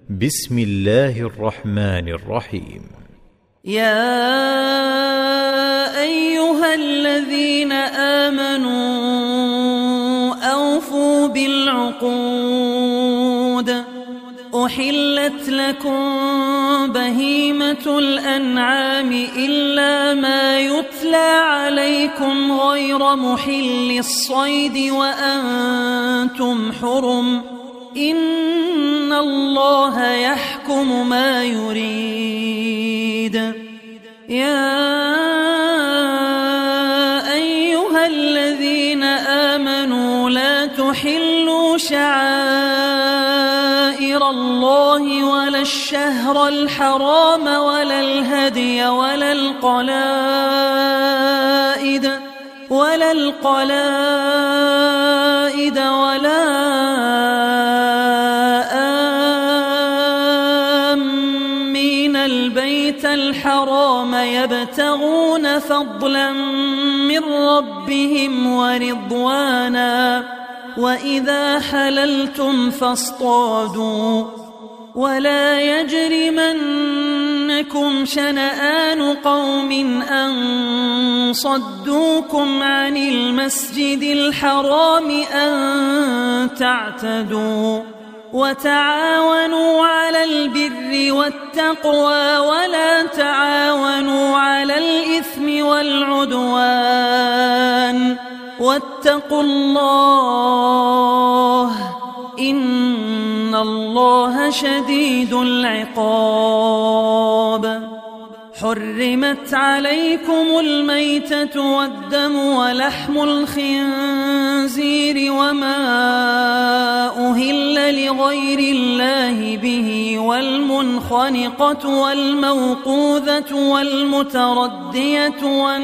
بسم الله الرحمن الرحيم. يا أيها الذين آمنوا أوفوا بالعقود. أحلت لكم بهيمة الأنعام إلا ما يتلى عليكم غير محل الصيد وأنتم حرم، إن الله يحكم ما يريد. يا أيها الذين آمنوا لا تحلوا شعائر الله ولا الشهر الحرام ولا الهدي ولا القلائد ولا آمين البيت الحرام يبتغون فضلا من ربهم ورضوانا، وإذا حللتم فاصطادوا، ولا يجرمنكم شنآن قوم أن صدوكم عن المسجد الحرام أن تعتدوا، وتعاونوا على البر والتقوى ولا تعاونوا على الإثم والعدوان، واتقوا الله إن الله شديد العقاب. حرمت عليكم الميتة والدم ولحم الخنزير وما أهل لغير الله به، والمنخنقة والموقوذة والمتردية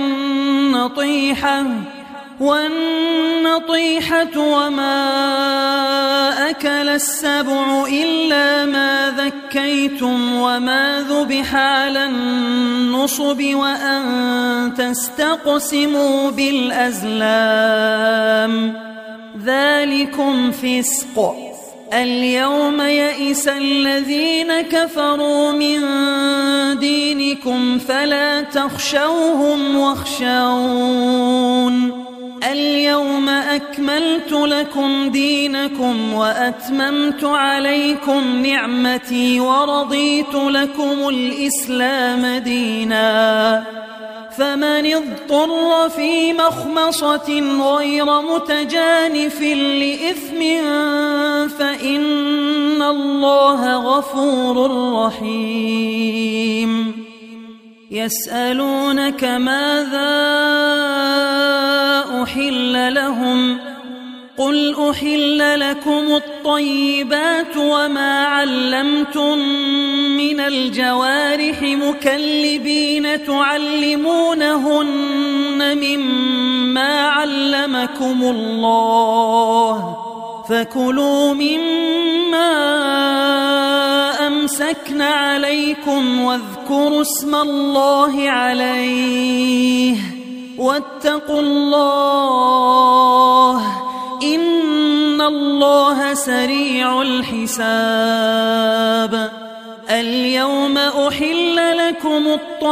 والنطيحة وما أكل السبع إلا ما ذكيتم وما ذبح على النصب وأن تستقسموا بالأزلام، ذلكم فسق. اليوم يئس الذين كفروا من دينكم فلا تخشوهم واخشون. اليوم أكملت لكم دينكم وأتممت عليكم نعمتي ورضيت لكم الإسلام دينا، فمن اضطر في مخمصة غير متجانف لإثم فإن الله غفور رحيم. يسألونك ماذا أحل لهم، قل أحل لكم الطيبات وما علمتم من الجوارح مكلبين تعلمونهن مما علمكم الله، فكلوا مما أمسكن عليكم واذكروا اسم الله عليه، واتقوا الله إن الله سريع الحساب. اليوم أحل لكم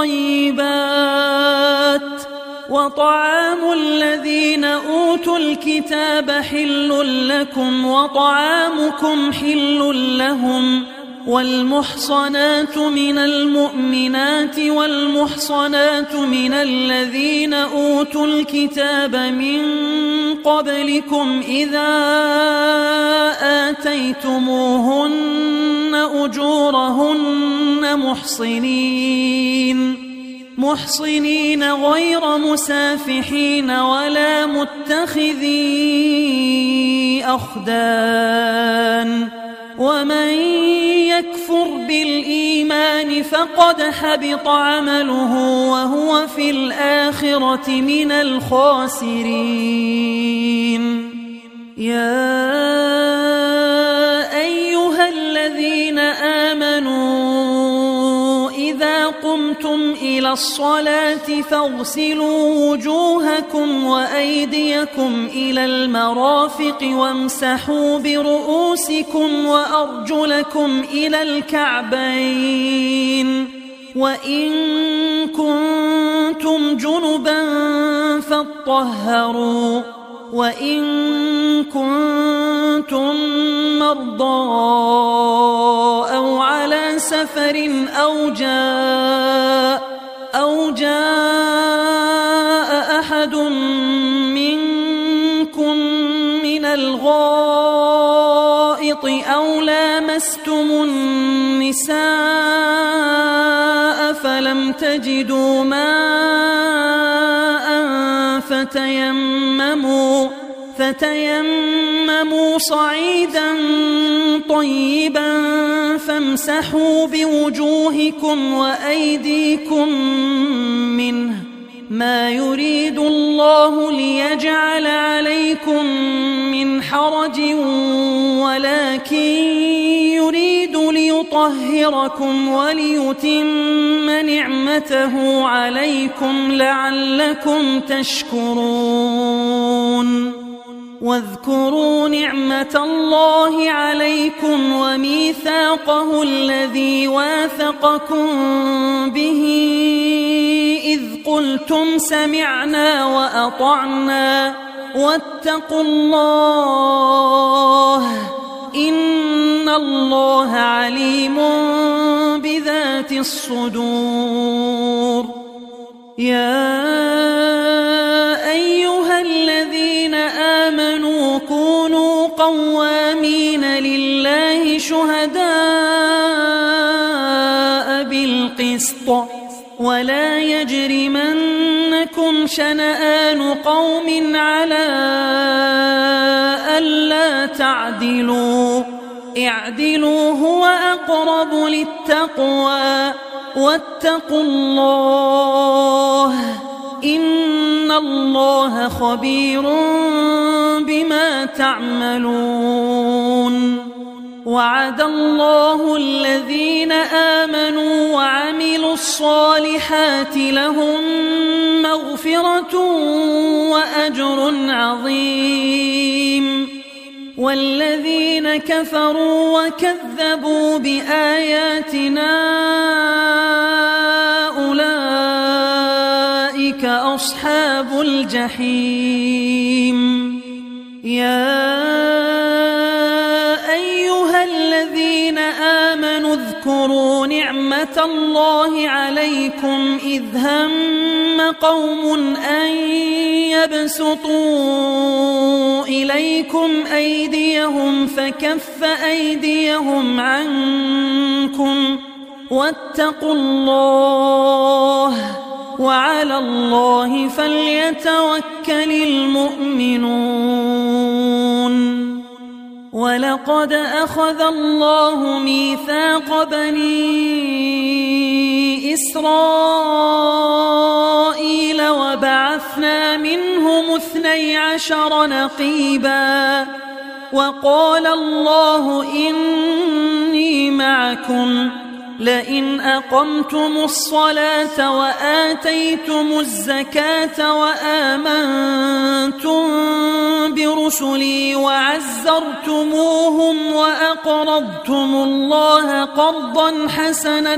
الطيبات، وطعام الذين أوتوا الكتاب حل لكم وطعامكم حل لهم، والمحصنات من المؤمنات والمحصنات من الذين أوتوا الكتاب من قبلكم إذا آتيتموهن أجورهن محصنين غير مسافحين ولا متخذي أخدان، ومن يكفر بالإيمان فقد حبط عمله وهو في الآخرة من الخاسرين. يا أيها الذين آمنوا إذا قمتم قمتم إلى الصلاة فاغسلوا وجوهكم وأيديكم إلى المرافق وامسحوا برؤوسكم وأرجلكم إلى الكعبين وإن كنتم جنبا فاطهروا وإن كنتم مرضى أو على سفر أو جاء أحد منكم من الغائط أو لامستم النساء فلم تجدوا ماء فتيمموا صعيدا طيبا فامسحوا بوجوهكم وأيديكم منه ما يريد الله ليجعل عليكم من حرج ولكن يريد ليطهركم وليتم نعمته عليكم لعلكم تشكرون واذكروا نعمة الله عليكم وميثاقه الذي واثقكم به إذ قلتم سمعنا وأطعنا واتقوا الله إن الله عليم بذات الصدور يا أيها الذين آمنوا كونوا قوامين لله شهداء بالقسط ولا يجرمنكم شنآن قوم على ألا تعدلوا اعدلوا هو أقرب للتقوى واتقوا الله إن الله خبير بما تعملون وعد الله الذين آمنوا وعملوا الصالحات لهم مغفرة وأجر عظيم والذين كفروا وكذبوا بآياتنا أولئك أصحاب الجحيم يا أيها الذين آمنوا اذكروا نعمة الله عليكم إذ هم قوم أن يبسطوا إليكم أيديهم فكف أيديهم عنكم واتقوا الله وعلى الله فليتوكل المؤمنون ولقد أخذ الله ميثاق بني إسرائيل وبعثنا منهم 12 نقيبا وقال الله إني معكم لئن أقمتم الصلاة وآتيتم الزكاة وآمنتم برسلي وعزرتموهم وأقرضتم الله قرضا حسنا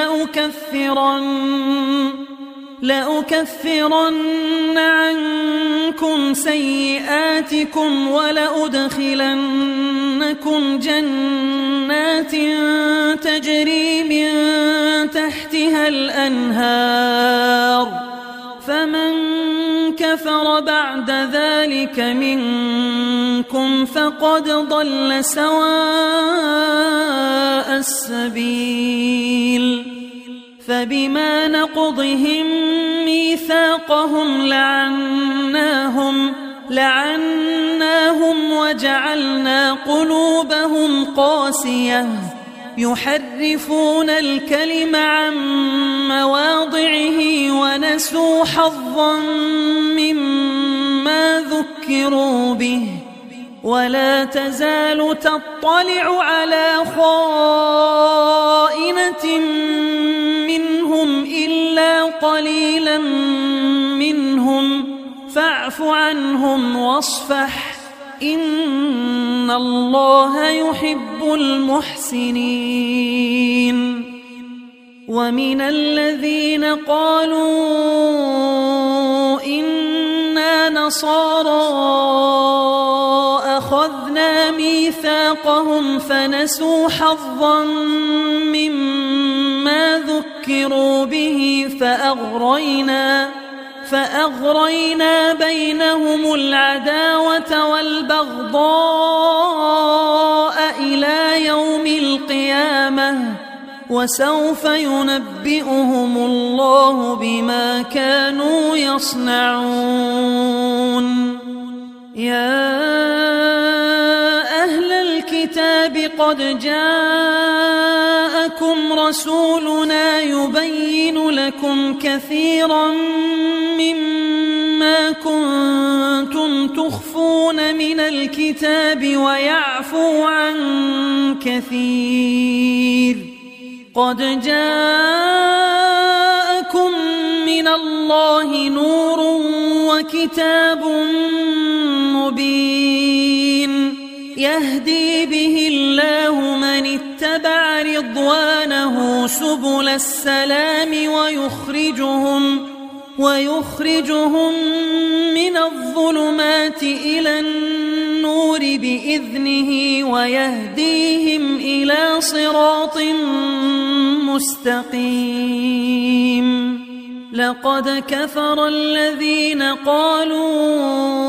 لأكفرن عنكم سيئاتكم ولأدخلنكم جنات تجري من تحتها الأنهار فمن كفر بعد ذلك منكم فقد ضل سواء السبيل فبما نقضهم ميثاقهم لعناهم وجعلنا قلوبهم قاسية يحرفون الكلم عن مواضعه ونسوا حظا مما ذكروا به ولا تزال تطلع على خائنة منهم إلا عادلا منهم فاعف عنهم واصفح إن الله يحب المحسنين. ومن الذين قالوا إنا نصارى أخذنا ميثاقهم فنسوا حظا مما ذكروا به فأغرينا بينهم العداوة والبغضاء إلى يوم القيامة وسوف ينبئهم الله بما كانوا يصنعون. يا أهل الكتاب قد جاءكم رسولنا يبين لكم كثيرا مما كنتم تخفون من الكتاب ويعفو عن كثير. قد جاءكم من الله نور وكتاب مبين يهدي به الله من اتبع رضوانه سبل السلام ويخرجهم من الظلمات إلى النور بإذنه ويهديهم إلى صراط مستقيم. لقد كفر الذين قالوا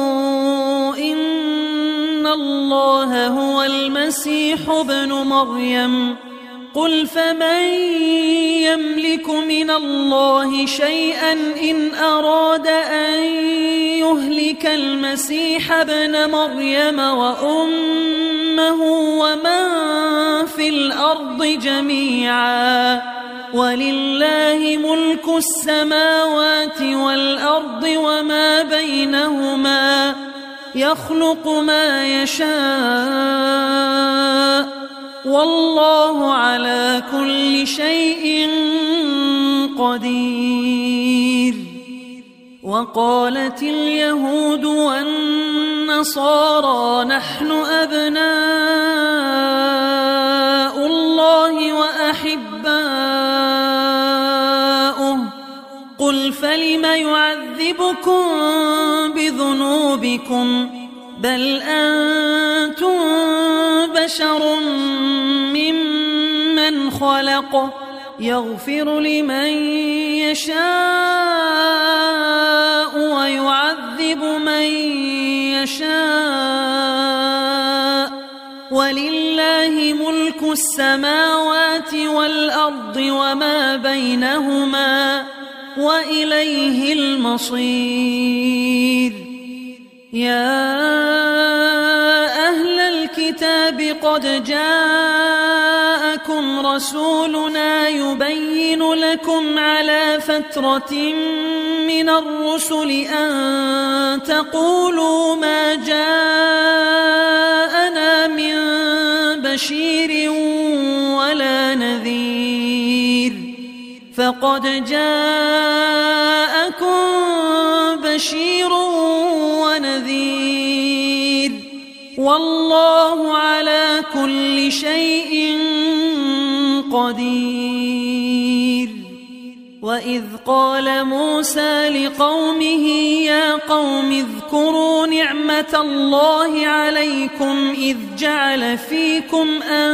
إن الله هو المسيح ابن مريم قل فمن يملك من الله شيئا إن أراد أن يهلك المسيح ابن مريم وأمه ومن في الأرض جميعا ولله ملك السماوات والأرض وما بينهما يخلق ما يشاء والله على كل شيء قدير. وقالت اليهود والنصارى نحن أبناء الله وأحباؤه قل فلم يعذبكم بذنوبكم بل أنتم بشر ممن خلق يغفر لمن يشاء ويعذب من يشاء ولله ملك السماوات والأرض وما بينهما وإليه المصير. يا أهل الكتاب قد جاءكم رسولنا يبين لكم على فترة من الرسل أن تقولوا ما جاءنا من بشير ولا نذير فقد جاءكم بشير ونذير والله على كل شيء قدير. وإذ قال موسى لقومه يا قوم اذكروا نعمة الله عليكم إذ جعل فيكم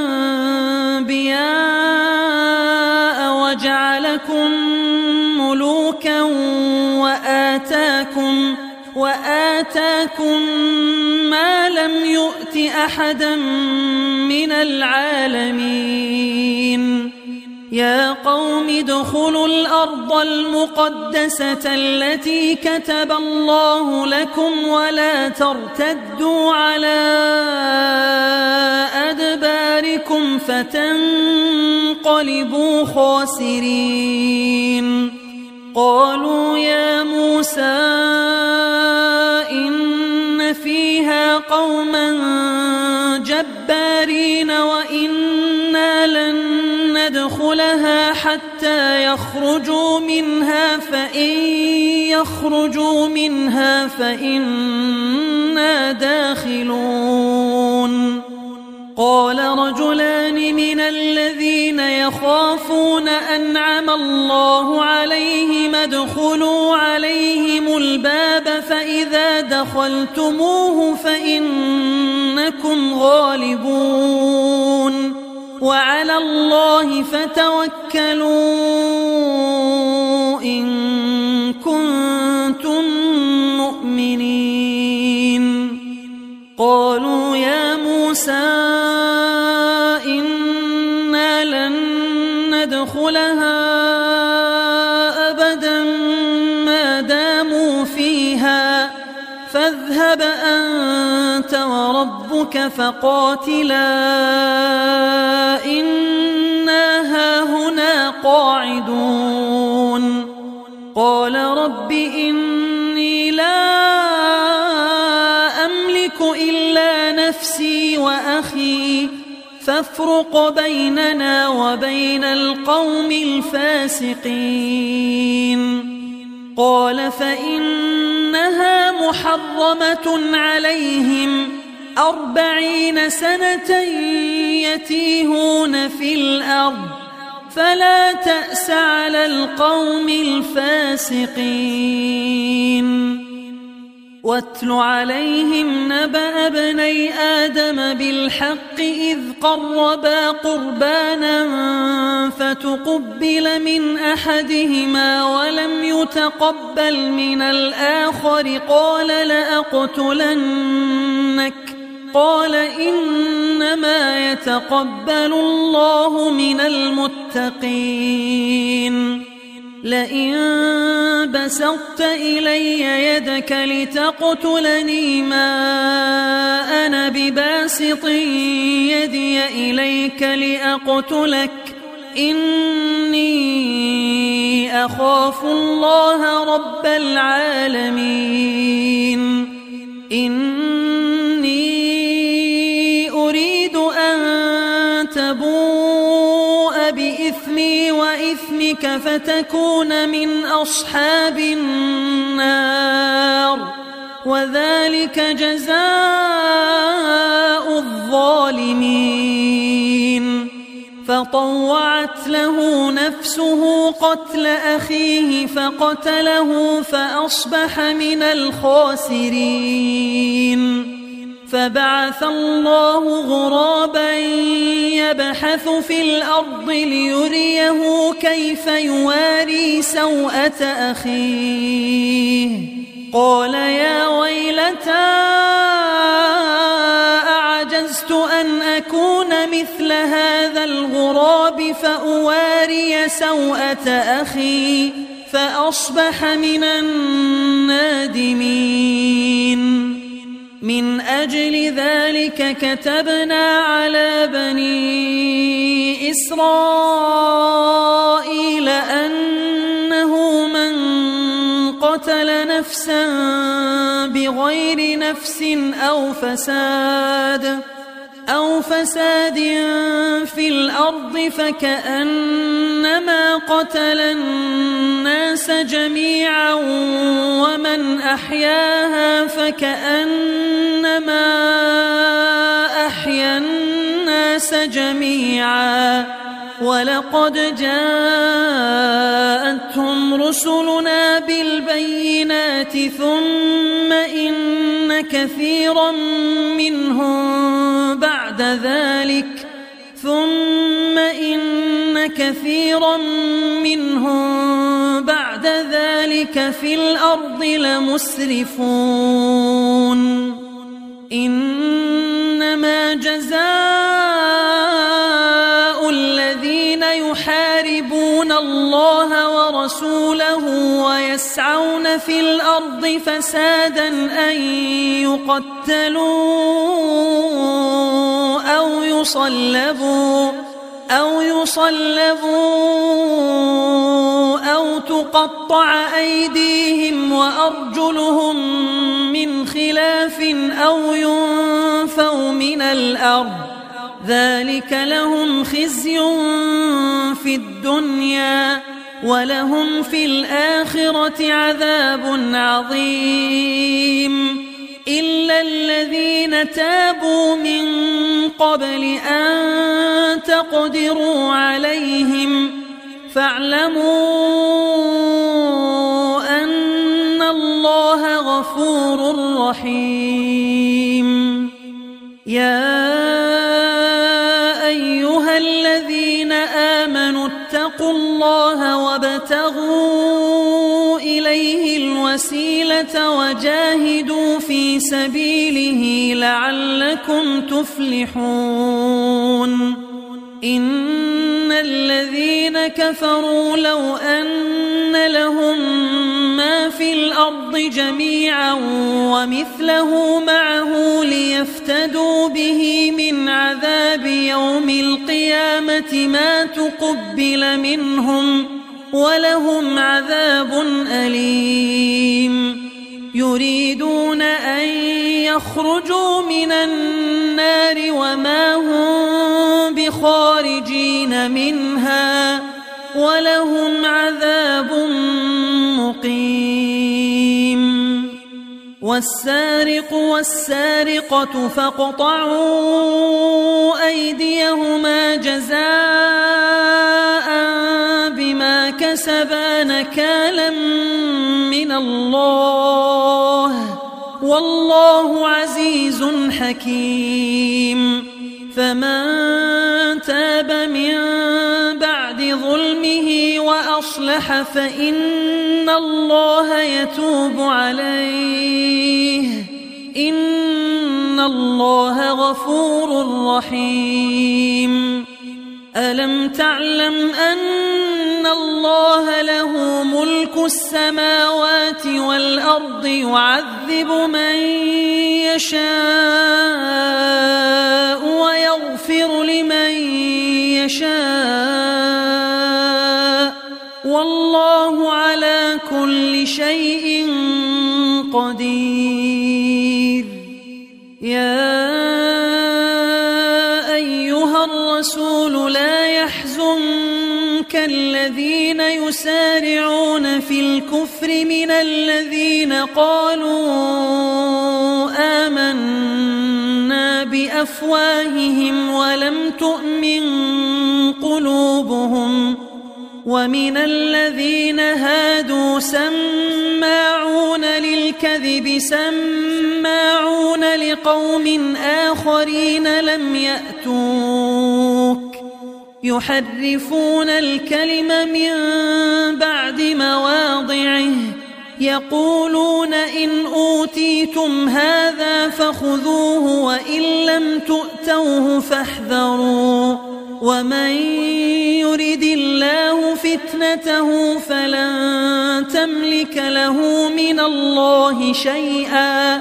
أنبياء وجعلكم ملوكا وآتاكم ما لم يؤت أحدا من العالمين. يا قوم ادخلوا الأرض المقدسة التي كتب الله لكم ولا ترتدوا على أدباركم فتنقلبوا خاسرين. قالوا يا موسى إن فيها قوما جبارين وإنا لن ندخلها حتى يخرجوا منها فإن يخرجوا منها فإنا داخلون قال رجلان من الذين يخافون أنعم الله عليهم ادخلوا عليهم الباب فإذا دخلتموه فإنكم غالبون وعلى الله فتوكلوا إن كنتم مؤمنين قالوا يا موسى إنا لن ندخلها أبدا ما داموا فيها فاذهب أنت وربك فقاتلا إنا هاهنا قاعدون قال رب إني لا أملك إلا نفسي وأخي فافرق بيننا وبين القوم الفاسقين قال فإنها محرمة عليهم 40 سنة يتيهون في الأرض فلا تأس على القوم الفاسقين واتل عليهم نبأ ابني آدم بالحق إذ قربا قربانا فتقبل من أحدهما ولم يتقبل من الآخر قال لأقتلنك قال إنما يتقبل الله من المتقين لئن بسطت إلي يدك لتقتلني ما أنا بباسط يدي إليك لأقتلك إني أخاف الله رب العالمين إني أريد أن تبوء بإثمي وإثمك فتكون من أصحاب النار وذلك جزاء الظالمين فطوعت له نفسه قتل أخيه فقتله فأصبح من الخاسرين فبعث الله غرابا يبحث في الأرض ليريه كيف يواري سوءة أخيه قال يا ويلتى أعجزت أن أكون مثل هذا الغراب فأواري سوءة أخي فأصبح من النادمين من أجل ذلك كتبنا على بني إسرائيل أنه من قتل نفسا بغير نفس أو فساد في الأرض فكأنما قتل الناس جميعا ومن أحياها فكأنما أحيا الناس جميعا ولقد جاءتهم رسلنا بالبينات ثم إن كثيرا منهم بعد ذلك في الأرض لمسرفون إنما جزاء الذين يحاربون الله ورسوله ويسعون في الأرض فسادا أن يقتلوا أو يصلبوا أو تقطع أيديهم وأرجلهم من خلاف أو ينفوا من الأرض ذلك لهم خزي في الدنيا ولهم في الآخرة عذاب عظيم إلا الذين تابوا من قبل أن تقدروا عليهم فاعلموا أن الله غفور رحيم. يا أيها الذين آمنوا اتقوا الله وابتغوا إليه الوسيلة وجاهدوا في سبيله لعلكم تفلحون. إن الذين كفروا لو أن لهم ما في الأرض جميعا ومثله معه ليفتدوا به من عذاب يوم القيامة ما تقبل منهم ولهم عذاب أليم. يريدون أن يخرجوا من النار وما هم بخارجين منها ولهم عذاب مقيم. والسارق والسارقة فاقطعوا أيديهما جزاء بما كسبا نكالا من الله والله عزيز حكيم. فمن تاب من بعد ظلمه وأصلح فإن الله يتوب عليه إن الله غفور رحيم. ألم تعلم أن الله له ملك السماوات والأرض يعذب من يشاء ويغفر لمن يشاء والله على كل شيء قدير. يا أيها الرسول لا يحزنك الذين يسارعون في الكفر من الذين قالوا آمنا بأفواههم ولم تؤمن قلوبهم ومن الذين هادوا سماعون للكذب سماعون لقوم آخرين لم يأتوك يحرفون الكلم من بعد مواضعه يقولون إن أوتيتم هذا فخذوه وإن لم تؤتوه فاحذروا ومن يرد الله فتنته فلن تملك له من الله شيئا.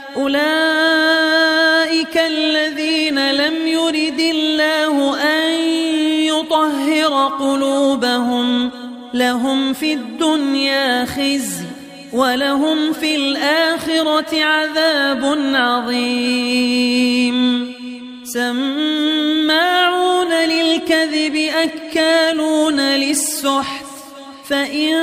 أولئك الذين لم يرد الله أن يطهر قلوبهم لهم في الدنيا خزي ولهم في الآخرة عذاب عظيم. سماعون للكذب أكالون للسحت فإن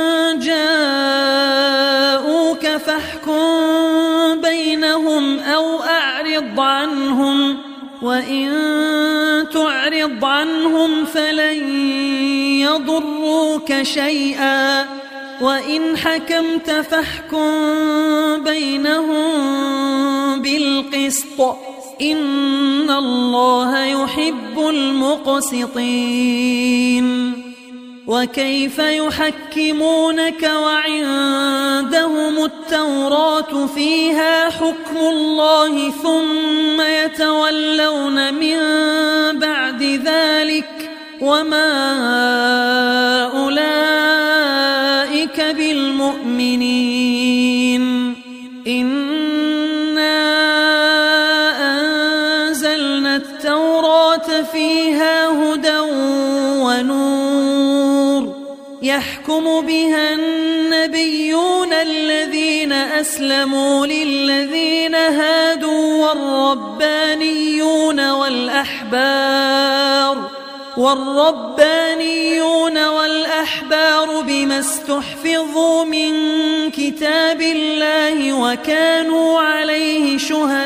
جاءوك فاحكم بينهم أو أعرض عنهم وإن تعرض عنهم فلن يضروك شيئا وإن حكمت فاحكم بينهم بالقسط إن الله يحب المقسطين. وكيف يحكمونك وعندهم التوراة فيها حكم الله ثم يتولون من بعد ذلك وما أولئك بالمؤمنين. إنا أنزلنا التوراة فيها هدى ونور يحكم بها النبيون الذين أسلموا للذين هادوا والربانيون والأحبار بما استحفظوا من كتاب الله وكانوا عليه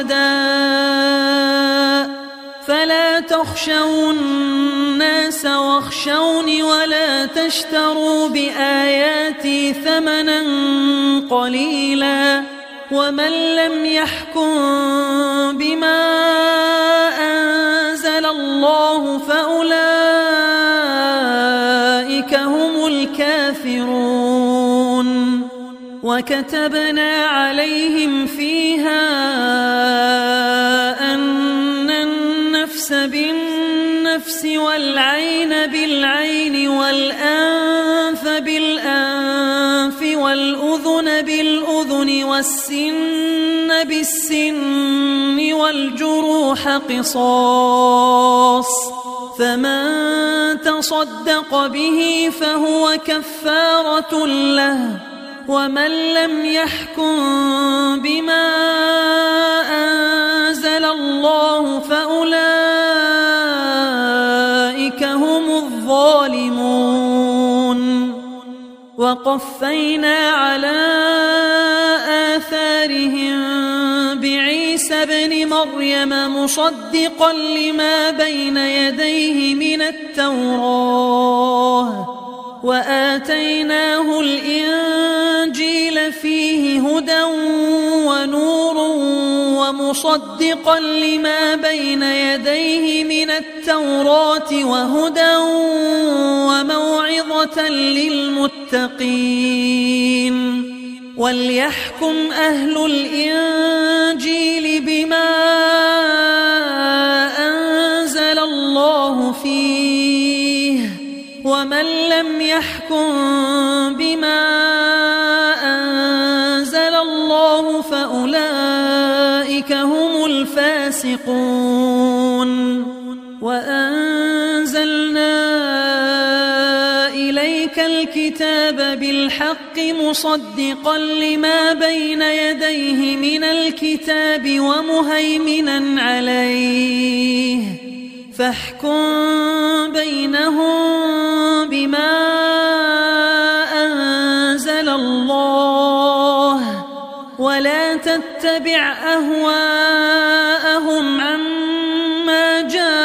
شهداء فلا تخشوا الناس واخشوني ولا تشتروا بآياتي ثمنا قليلا ومن لم يحكم بما أنزل الله فأولئك هم الكافرون وكتبنا عليهم فيها أن النفس بالنفس والعين بالعين والأنف بالأنف والأذن بالأذن والسن بالسن والجروح قصاص فمن تصدق به فهو كفارة له ومن لم يحكم بما أنزل الله فأولئك هم الظالمون وقفينا على آثارهم بعيسى ابن مريم مصدقا لما بين يديه من التوراة وآتيناه الإنجيل فيه هدى ونور ومصدقا لما بين يديه من التوراة وهدى وموعظة للمتقين وليحكم أهل الإنجيل بما أنزل الله فيه ومن لم يحكم بما أنزل الله فأولئك هم الفاسقون وأنزلنا إليك الكتاب بالحق مصدقا لما بين يديه من الكتاب ومهيمنا عليه فاحكم بينهم بما أنزل الله ولا تتبع أهواءهم عما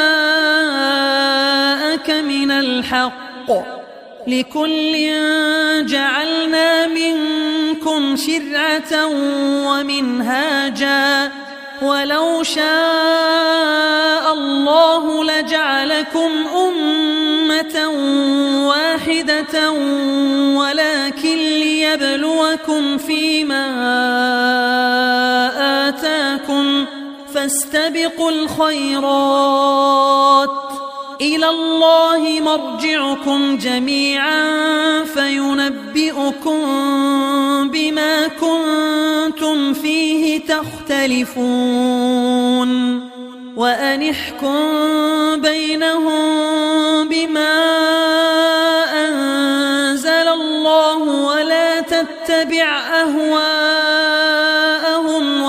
جاءك من الحق لكل جعلنا منكم شرعة ومنهاجا ولو شاء الله لجعلكم أمة واحدة ولكن ليبلوكم فيما آتاكم فاستبقوا الخيرات إلى الله مرجعكم جميعا فينبئكم بما كنتم فيه تختلفون وأن احكم بينهم بما أنزل الله ولا تتبع أهواءهم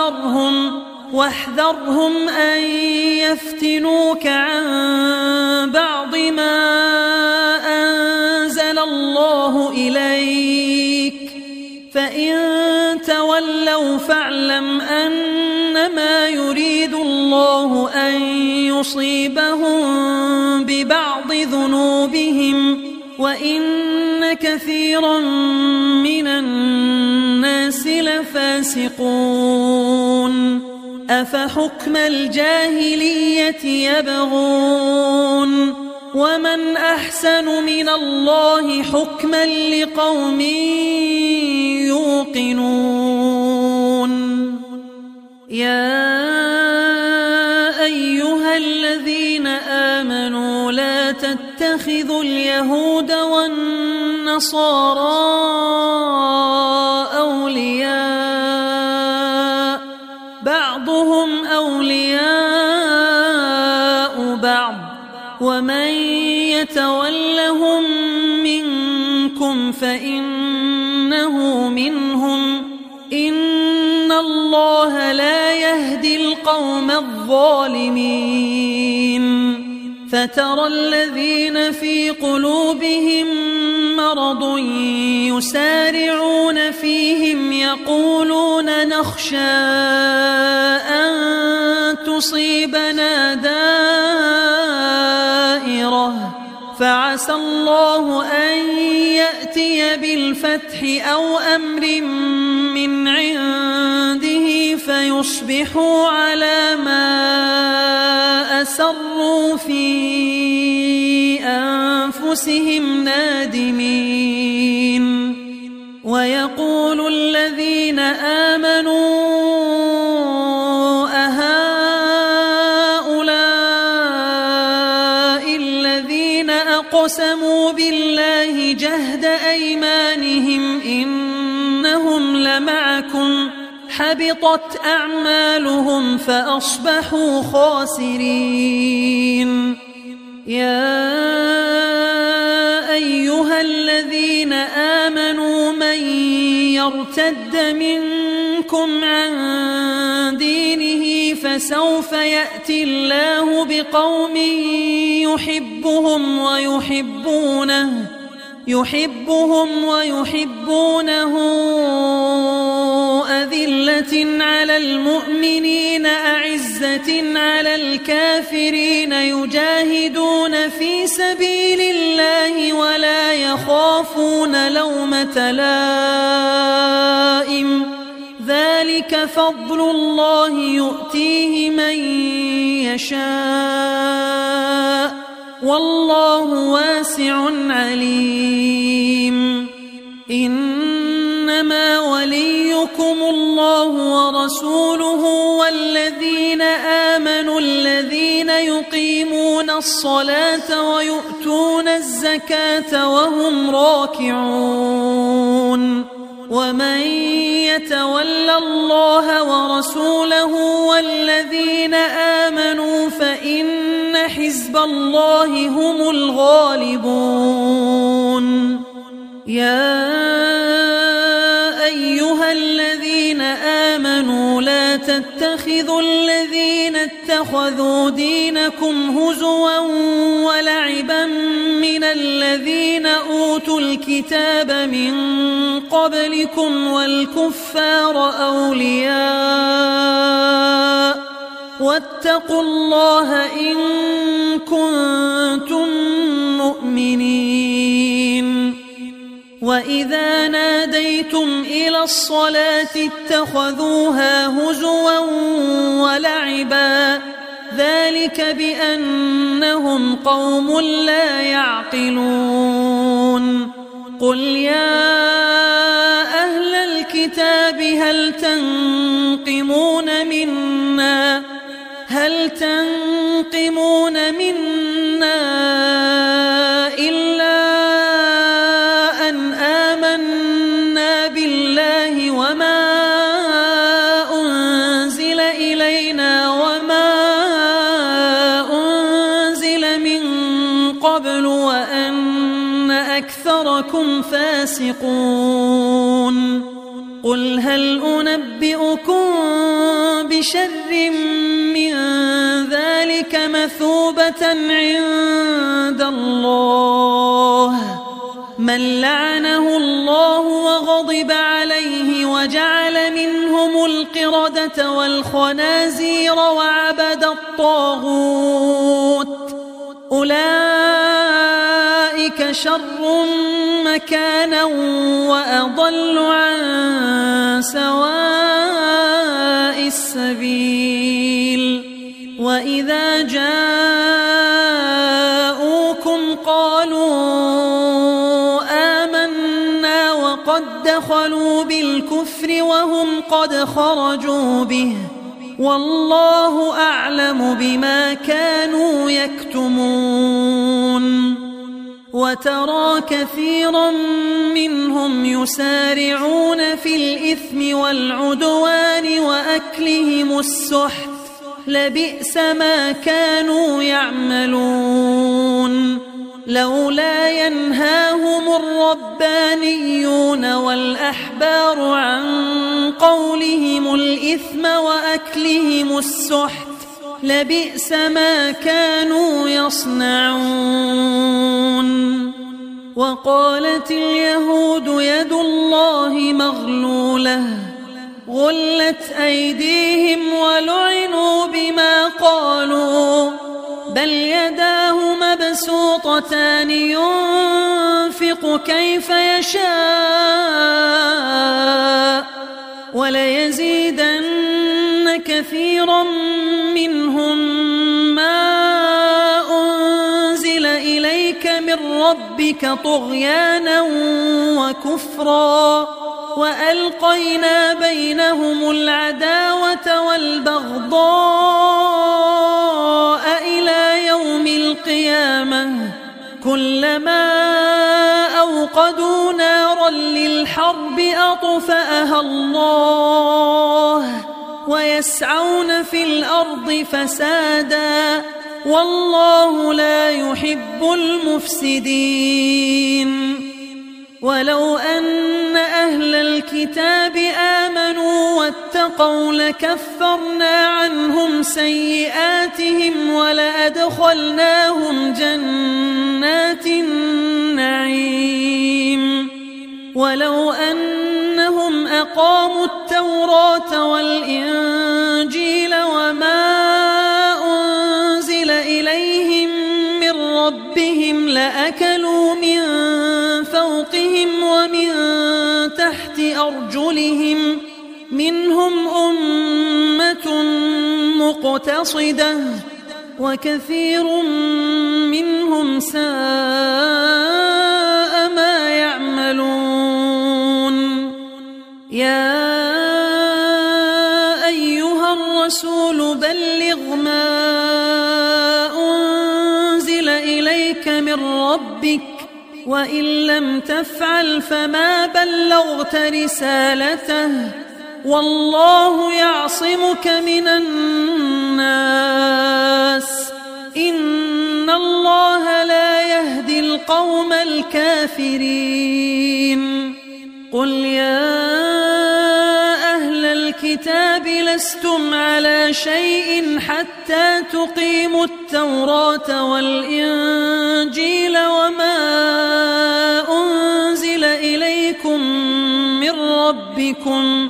واحذرهم أن يفتنوك عن بعض ما أنزل الله إليك فإن تولوا فاعلم أنما يريد الله أن يصيبهم ببعض ذنوبهم وإن كثيرا من الناس لفاسقون أفحكم الجاهلية يبغون ومن أحسن من الله حكما لقوم يوقنون يا أيها الذين آمنوا لا تتخذوا اليهود والنصارى أولياء بعضهم أولياء بعض ومن يتولهم منكم فإنه منهم إن الله لا يهدي القوم الظالمين فترى الذين في قلوبهم مرض يسارعون فيهم يقولون نخشى أن تصيبنا دائرة فعسى الله أن يأتي بالفتح أو أمر من عنده فيصبحوا على ما أسروا في أنفسهم نادمين ويقول الذين آمنوا أهؤلاء الذين أقسموا بالله جهد أيمانهم إنهم لمعكم حبطت أعمالهم فأصبحوا خاسرين يا أيها الذين آمنوا من يرتد منكم عن دينه فسوف يأتي الله بقوم يحبهم ويحبونه أذلة على المؤمنين أعزة على الكافرين يجاهدون في سبيل الله ولا يخافون لومة لائم ذلك فضل الله يؤتيه من يشاء والله واسع عليم إنما وليكم الله ورسوله والذين آمنوا الذين يقيمون الصلاة ويؤتون الزكاة وهم راكعون ومن يتول الله ورسوله والذين آمنوا فإن حزب الله هم الغالبون يا أيها الذين آمنوا لا تتخذوا الذين اتخذوا دينكم هزوا ولعبا من الذين أوتوا الكتاب من قبلكم والكفار أولياء واتقوا الله إن كنتم مؤمنين وإذا ناديتم إلى الصلاة اتخذوها هزوا ولعبا ذلك بأنهم قوم لا يعقلون قل يا أهل الكتاب هل تنقمون منا إلا أن آمنا بالله وما أنزل إلينا وما أنزل من قبل وأن أكثركم فاسقون قل هل أنبئكم بشر من ذلك مثوبة عند الله من لعنه الله وغضب عليه وجعل منهم القردة والخنازير وعبد الطاغوت أولئك شر مكانا وأضل عن سواء السبيل وإذا جاءوكم قالوا آمنا وقد دخلوا بالكفر وهم قد خرجوا به والله أعلم بما كانوا يكتمون وترى كثيرا منهم يسارعون في الإثم والعدوان وأكلهم السحت لبئس ما كانوا يعملون لولا ينهاهم الربانيون والأحبار عن قولهم الإثم وأكلهم السحت لبئس ما كانوا يصنعون. وقالت اليهود يد الله مغلولة غلت أيديهم ولعنوا بما قالوا بل يداه مبسوطتان ينفق كيف يشاء وليزيدن كثيرا منهم ما أنزل إليك من ربك طغيانا وكفرا وألقينا بينهم العداوة والبغضاء إلى يوم القيامة كلما أوقدوا نارا للحرب أطفأها الله ويسعون في الأرض فسادا والله لا يحب المفسدين. ولو أن أهل الكتاب آمنوا واتقوا لكفرنا عنهم سيئاتهم ولأدخلناهم جنات النعيم. ولو أنهم أقاموا التوراة والإنجيل وما أنزل إليهم من ربهم لأكلوا من فوقهم ومن تحت أرجلهم منهم أمة مقتصدة وكثير منهم ساء ما يعملون. يا أيها الرسول بلغ ما أنزل إليك من ربك وإن لم تفعل فما بلغت رسالته والله يعصمك من الناس إن الله لا يهدي القوم الكافرين. قل يا أهل الكتاب لستم على شيء حتى تقيموا التوراة والإنجيل وما أنزل إليكم من ربكم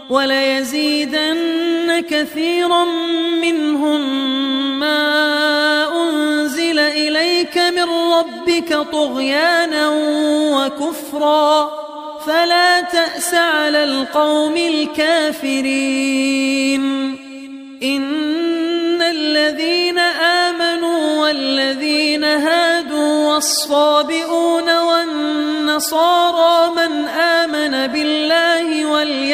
وليزيدن كثيرا منهم ما أنزل إليك من ربك طغيانا وكفرا فلا تأس على القوم الكافرين. إن الذين آمنوا والذين هادوا والصابئون والنصارى من آمن بالله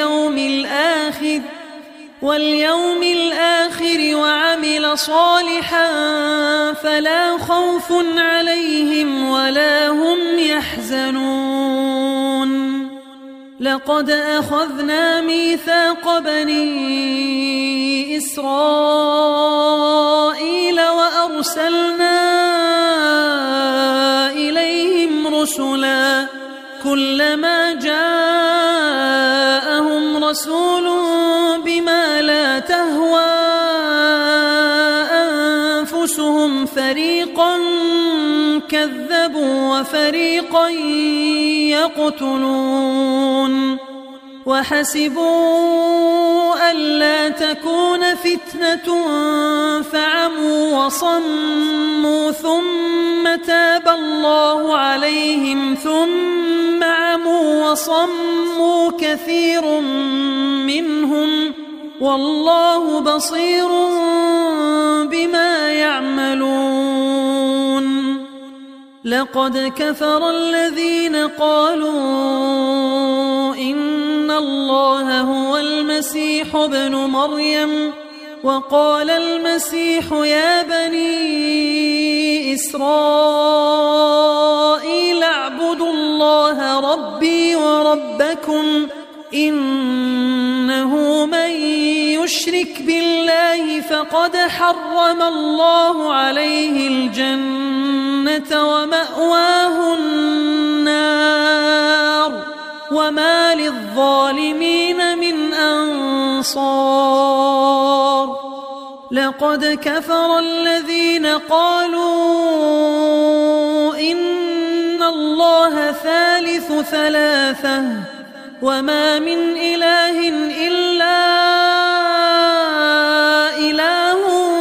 واليوم الآخر وعمل صالحا فلا خوف عليهم ولا هم يحزنون. لقد أخذنا ميثاق بني إسرائيل وأرسلنا إليهم رسلا كلما جاءهم رسول بما لا تهوى أنفسهم فريقا كذبوا وفريقا يقتلون. وحسبوا ألا تكون فتنة فعموا وصموا ثم تاب الله عليهم ثم عموا وصموا كثير منهم والله بصير بما يعملون. لقد كفر الذين قالوا إن الله هو المسيح ابن مريم وقال المسيح يا بني إسرائيل اعبدوا الله ربي وربكم إنه من يشرك بالله فقد حرم الله عليه الجنة الجنة ومأواه النار وما للظالمين من أنصار لقد كفر الذين قالوا إن الله ثالث ثلاثة وما من إله إلا إله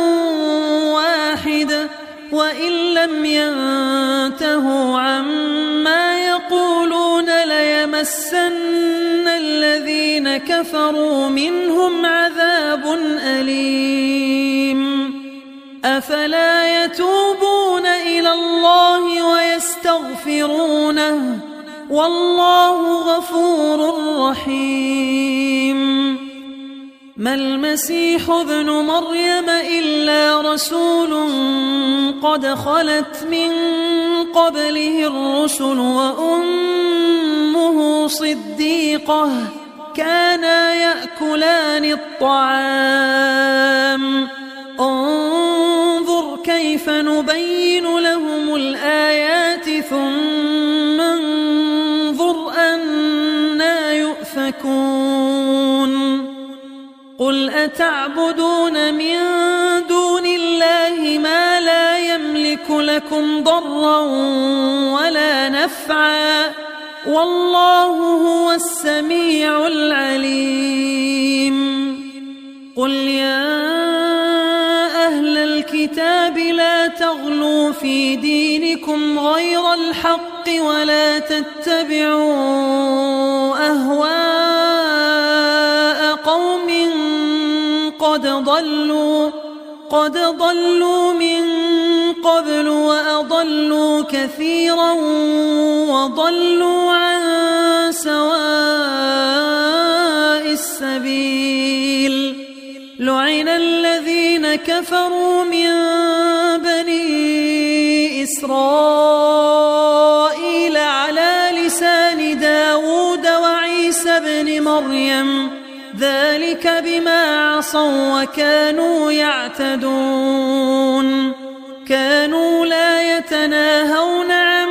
واحد وإن لم ينتهوا عما يقولون ليمسن الذين كفروا منهم عذاب أليم أفلا يتوبون إلى الله ويستغفرونه والله غفور رحيم ما المسيح ابن مريم إلا رسول قد خلت من قبله الرسل وأمه صديقة كانا يأكلان الطعام انظر كيف نبين لهم الآيات ثم انظر أنى يؤفكون قل أتعبدون من دون الله ما لا يملك لكم ضرا ولا نفعا والله هو السميع العليم قل يا أهل الكتاب لا تغلوا في دينكم غير الحق ولا تتبعوا أهواء قوم قد ضلوا من قبل وأضلوا كثيرا وضلوا عن سواء السبيل لعن الذين كفروا من بني إسرائيل على لسان داود وعيسى بن مريم ذلك بما عصوا وكانوا يعتدون كانوا لا يتناهون عن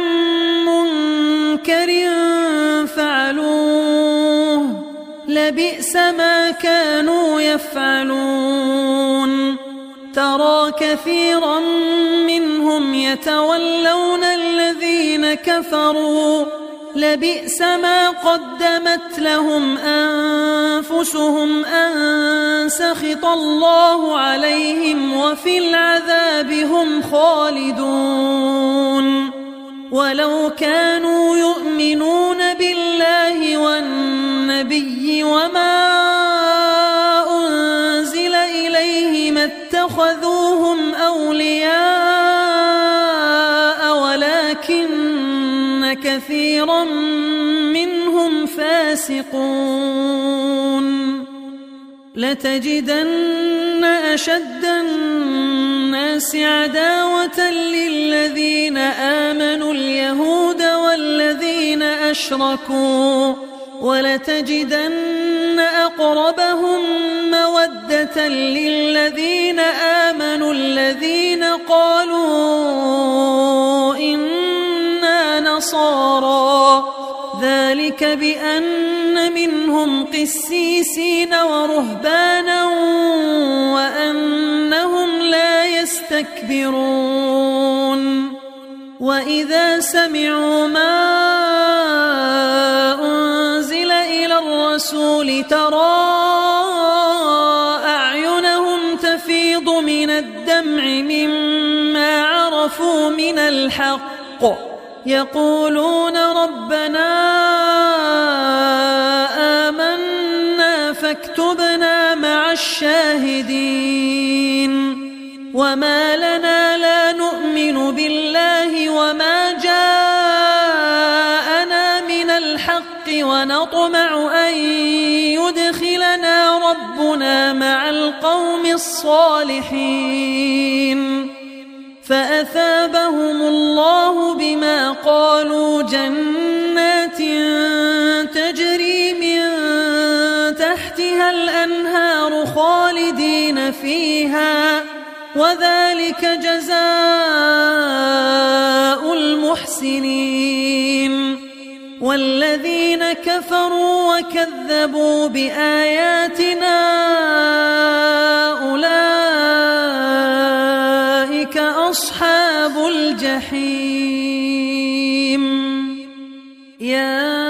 منكر فعلوه لبئس ما كانوا يفعلون ترى كثيرا منهم يتولون الذين كفروا لبئس ما قدمت لهم أنفسهم أن سخط الله عليهم وفي العذاب هم خالدون ولو كانوا يؤمنون بالله والنبي وما أنزل إليه ما اتخذوهم أولياء ولكن كثيرا منهم فاسقون لتجدن أشد الناس عداوة للذين آمنوا اليهود والذين أشركوا ولتجدن أقربهم مودة للذين آمنوا الذين قالوا إنا نصارى ذلك بأن منهم قسيسين ورهبانا وأنهم لا يستكبرون وإذا سمعوا ما أنزل إلى الرسول ترى أعينهم تفيض من الدمع مما عرفوا من الحق يقولون ربنا آمنا فاكتبنا مع الشاهدين وما لنا لا نؤمن بالله وما جاءنا من الحق ونطمع أن يدخلنا ربنا مع القوم الصالحين فأثابهم الله بما قالوا جنات تجري من تحتها الأنهار خالدين فيها وذلك جزاء المحسنين والذين كفروا وكذبوا بآياتنا أولئك أصحاب الجحيم. يا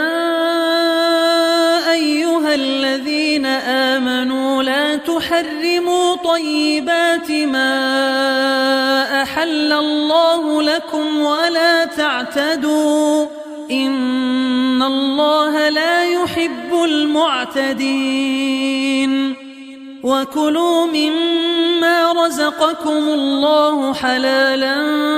أيها الذين آمنوا لا تحرموا طيبات ما أحل الله لكم ولا تعتدوا إن الله لا يحب المعتدين. وكلوا مما رزقكم الله حلالا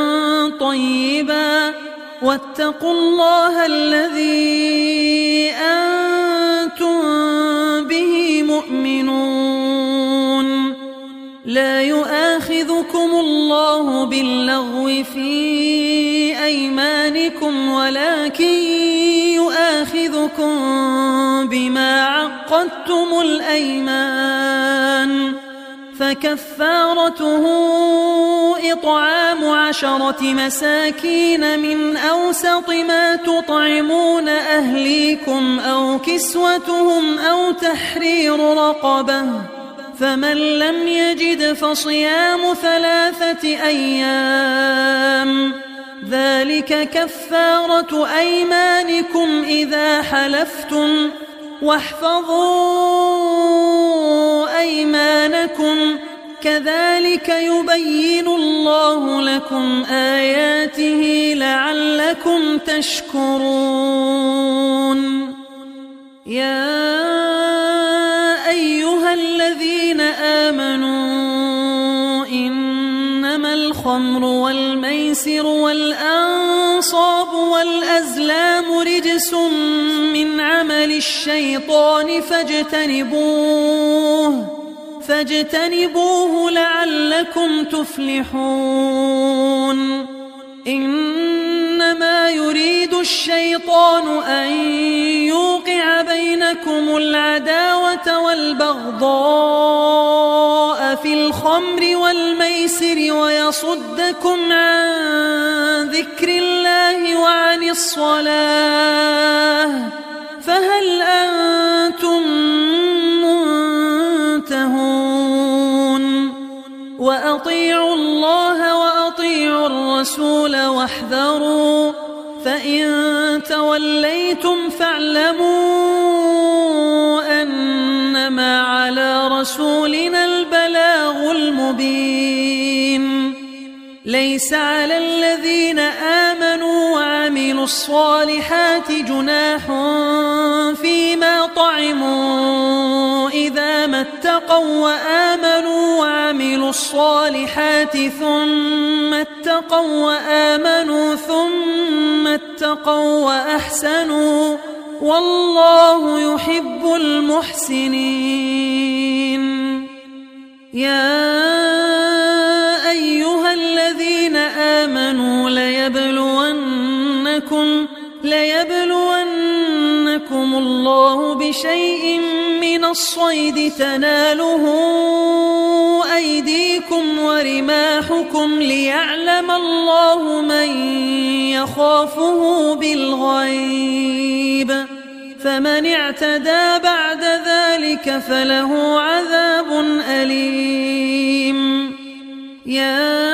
طيبا واتقوا الله الذي أنتم به مؤمنون. لا يؤاخذكم الله باللغو في أيمانكم ولكن يؤاخذكم بما عقدتم الأيمان فكفارته إطعام 10 مساكين من أوسط ما تطعمون أهليكم أو كسوتهم أو تحرير رقبة فمن لم يجد فصيام 3 أيام ذلك كفارة أيمانكم إذا حلفتم واحفظوا أيمانكم كذلك يبين الله لكم آياته لعلكم تشكرون. يا أيها الذين آمنوا إنما الخمر والميسر والأنصاب والأزلام رجس من عمل الشيطان فاجتنبوه لعلكم تفلحون. إنما يريد الشيطان أن يوقع بينكم العداوة والبغضاء في الخمر والميسر ويصدكم عن ذكر الله وعن الصلاة فهل أنتم منتهون؟ وأطيعوا الله وأطيعوا الرسول واحذروا فإن توليتم فاعلموا أنما على رسولنا البلاغ المبين. ليس على الذين آمنوا وعملوا الصالحات جناح فيما طعموا إذا ما اتقوا وآمنوا وعملوا الصالحات ثم اتقوا وأحسنوا والله يحب المحسنين. يا أيها الذين آمنوا ليبلونكم الله بشيء من الصيد تناله أيديكم ورماحكم ليعلم الله من يخافه بالغيب فمن اعتدى بعد ذلك فله عذاب أليم. يا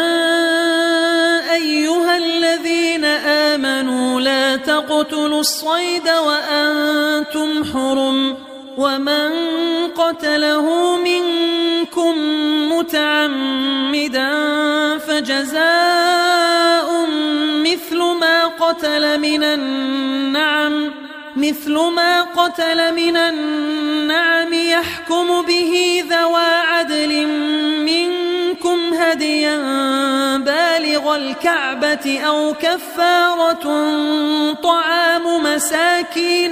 أيها الذين آمنوا لا تقتلوا الصيد وأنتم حرم ومن قتله منكم متعمدا فجزاء مثل ما قتل من النعم يحكم به ذوى عدل منكم هديا بالغ الكعبة أو كفارة طعام مساكين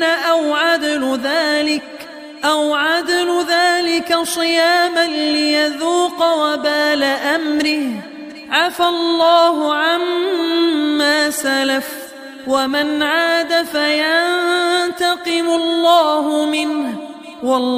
أو عدل ذلك صياما ليذوق وبال أمره عفى الله عما سلف ومن عاد فينتقم الله منه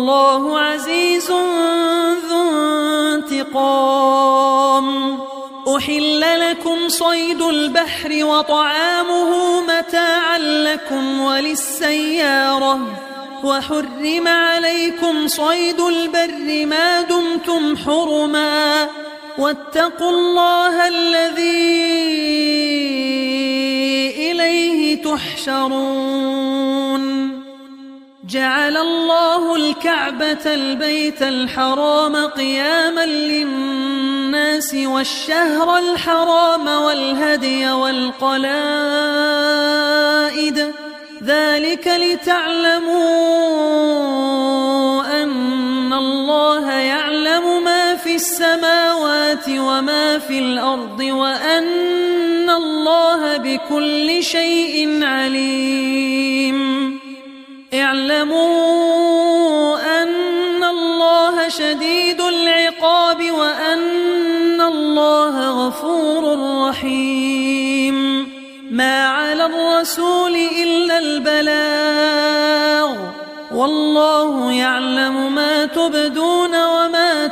والله عزيز ذو انتقام. أحل لكم صيد البحر وطعامه متاعا لكم وللسيارة وحرم عليكم صيد البر ما دمتم حرما واتقوا الله الذي إليه تحشرون جعل الله الكعبة البيت الحرام قياما للناس والشهر الحرام والهدي والقلائد ذلك لتعلموا أن الله يعلم ما في السماوات وما في الأرض وأن الله بكل شيء عليم اعلموا أن الله شديد العقاب وأن الله غفور رحيم ما على الرسول إلا البلاغ والله يعلم ما تبدون وما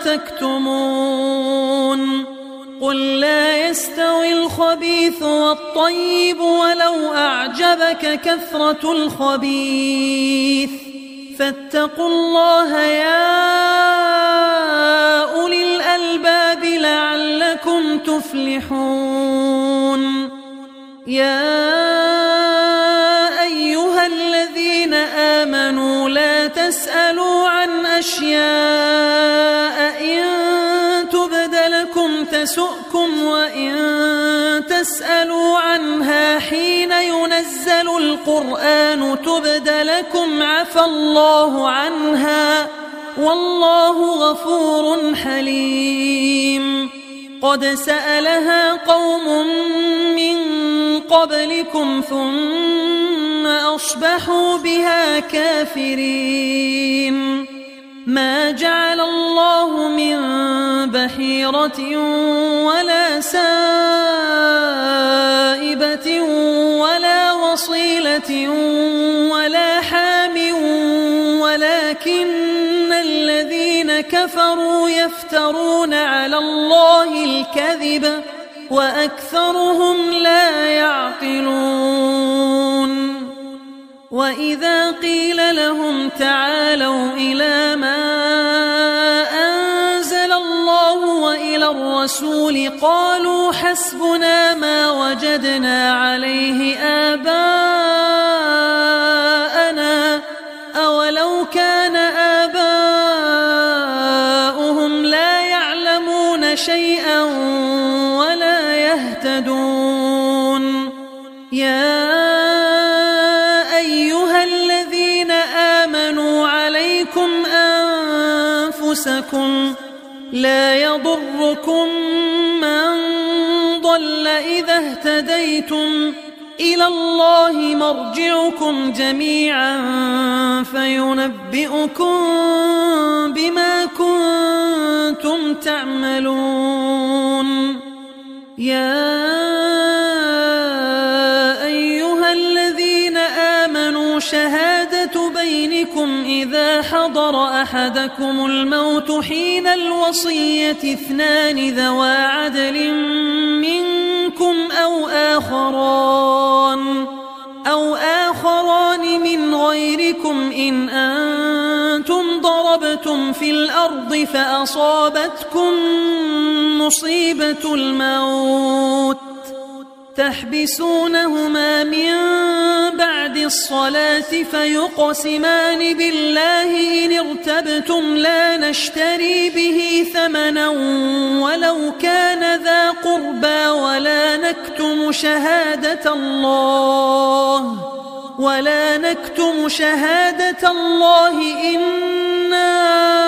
تكتمون قل لا يستوي الخبيث والطيب ولو أعجبك كثرة الخبيث فاتقوا الله يا أولي الألباب لعلكم تفلحون يا أيها الذين آمنوا لا تسألوا عن أشياء إن تبد لكم تسؤكم وإن تسألوا عنها حين ينزل القرآن تبد لكم عفى الله عنها والله غفور حليم قد سألها قوم من قبلكم ثم أصبحوا بها كافرين ما جعل الله من بحيرة ولا سائبة ولا وصيلة ولا حام ولكن الذين كفروا يفترون على الله الكذب وأكثرهم لا يعقلون وإذا قيل لهم تعالوا إلى ما أنزل الله وإلى الرسول قالوا حسبنا ما وجدنا عليه آباءنا أولو كان آباؤهم لا يعلمون شيئا ولا يهتدون يا أيها الذين آمنوا عليكم أنفسكم لا يضركم من ضل إذا اهتديتم إلى الله مرجعكم جميعا فينبئكم بما كنتم تعملون يا أيها الذين آمنوا شهادة بينكم إذا حضر أحدكم الموت حين الوصية 2 ذوى عدل منكم أو آخران من غيركم إن أنتم ضربتم في الأرض فأصابتكم مصيبة الموت تحبسونهما من بعد الصلاة فيقسمان بالله إن ارتبتم لا نشتري به ثمنا ولو كان ذا قربى ولا نكتم شهادة الله إنا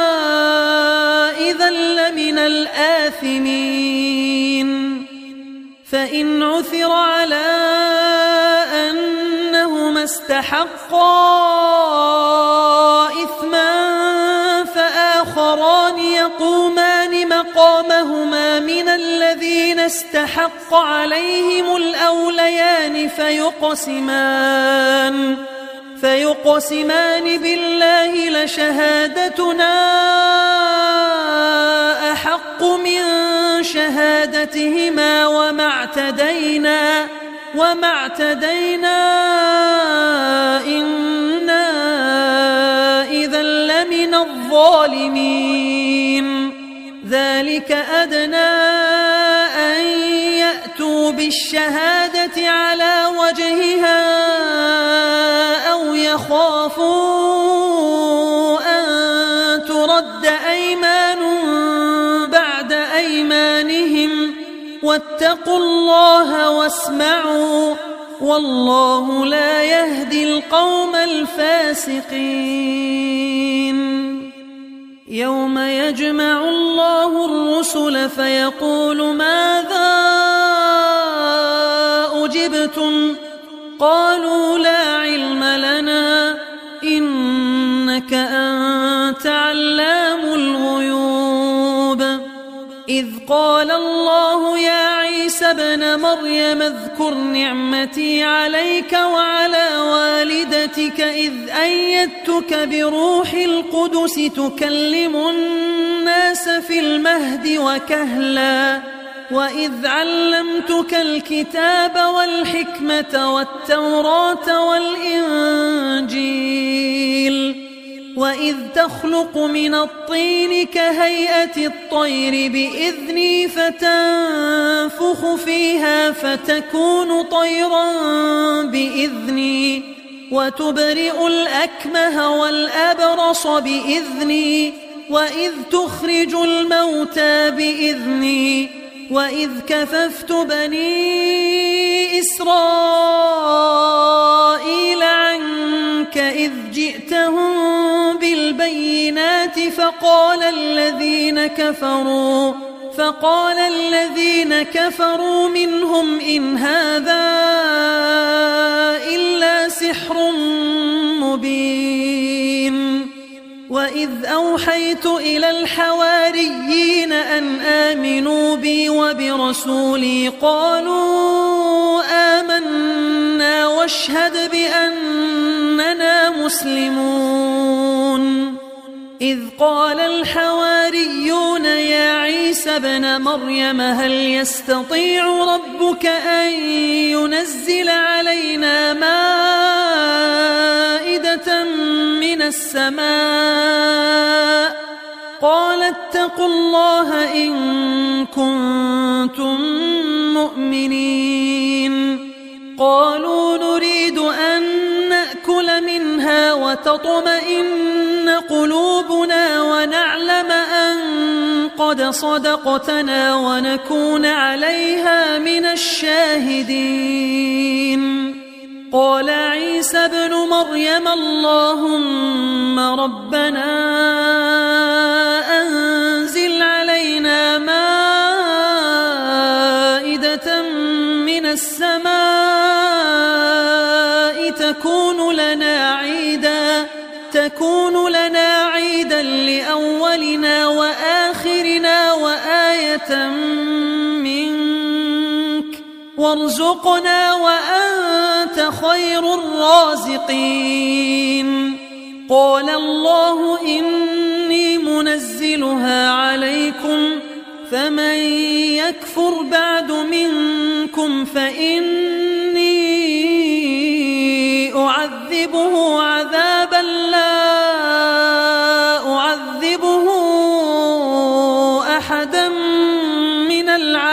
إذا لمن الآثمين فإن عثر على أنهما استحقا إثما فآخران يقومان مقامهما من الذين استحق عليهم الأوليان فيقسمان بالله لشهادتنا أحق من شهادتهما وما اعتدينا إنا إذا لمن الظالمين ذلك أدنى أن يأتوا بالشهادة على وجهها أو يخافوا أن ترد أيمان بعد أيمانهم واتقوا الله واسمعوا والله لا يهدي القوم الفاسقين يوم يجمع الله الرسل فيقول ماذا أجبتم قالوا لا علم لنا إنك أنت علام الغيوب إذ قال الله يا عيسى ابن مريم اذكر نعمتي عليك وعلى والدتك إذ أيدتك بروح القدس تكلم الناس في المهد وكهلا وإذ علمتك الكتاب والحكمة والتوراة والإنجيل وإذ تخلق من الطين كهيئة الطير بإذني فتنفخ فيها فتكون طيرا بإذني وتبرئ الأكمه والأبرص بإذني وإذ تخرج الموتى بإذني وإذ كففت بني إسرائيل عنك إذ جئتهم بالبينات فقال الذين كفروا منهم إن هذا إلا سحر مبين وإذ أوحيت إلى الحواريين أن آمنوا بي وبرسولي قالوا آمنا واشهد بأننا مسلمون إذ قال الحواريون يا عيسى ابن مريم هل يستطيع ربك أن ينزل علينا مائدة من السماء قال اتقوا الله إن كنتم مؤمنين قالوا نريد أن نأكل منها وتطمئن قلوبنا ونعلم أن قد صدقتنا ونكون عليها من الشاهدين قال عيسى ابن مريم اللهم ربنا أنزل علينا مائدة من السماء تكون لنا عيدا لأولنا وآخرنا وآية منك وارزقنا وأنت خير الرازقين قال الله إني منزلها عليكم فمن يكفر بعد منكم فإني أعذبه عذابا لا أعذبه أحدا من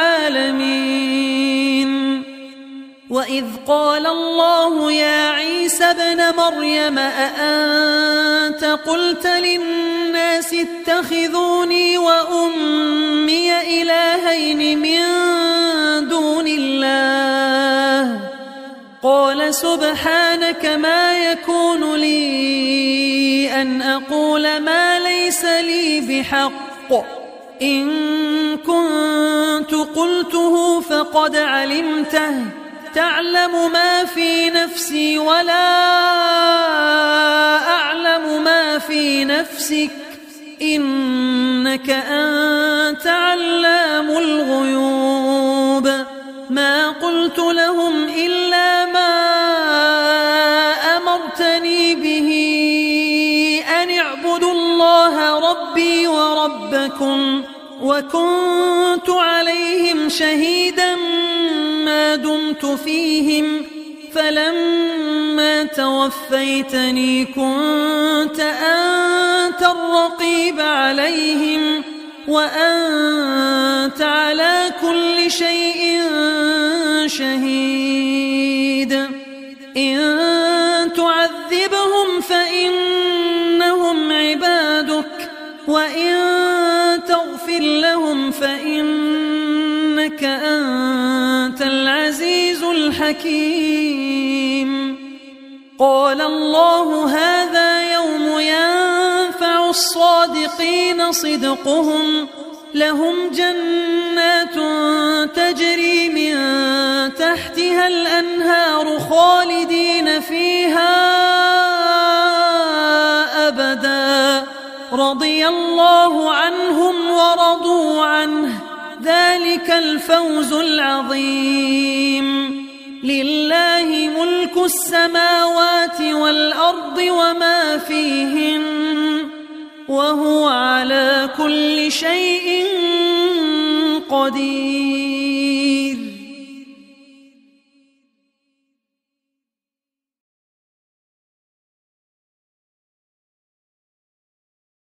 العالمين وإذ قال الله يا عيسى ابن مريم أأنت قلت للناس اتخذوني وأمي إلهين من دون الله قال سبحانك ما يكون لي أن أقول ما ليس لي بحق إن كنت قلته فقد علمته تعلم ما في نفسي ولا أعلم ما في نفسك إنك أنت علام الغيوب ما قلت لهم إلا ما أمرتني به أن اعبدوا الله ربي وربكم وكنت عليهم شهيدا ما دمت فيهم فلما توفيتني كنت أنت الرقيب عليهم وأنت على كل شيء شهيد إن تعذبهم فإنهم عبادك وإن تغفر لهم فإنك أنت العزيز الحكيم قال الله هذا يوم ينفع الصادقين صدقهم لهم جنات تجري من تحتها الأنهار خالدين فيها أبدا رضي الله عنهم ورضوا عنه ذلك الفوز العظيم لله ملك السماوات والأرض وما فيهن وهو على كل شيء قدير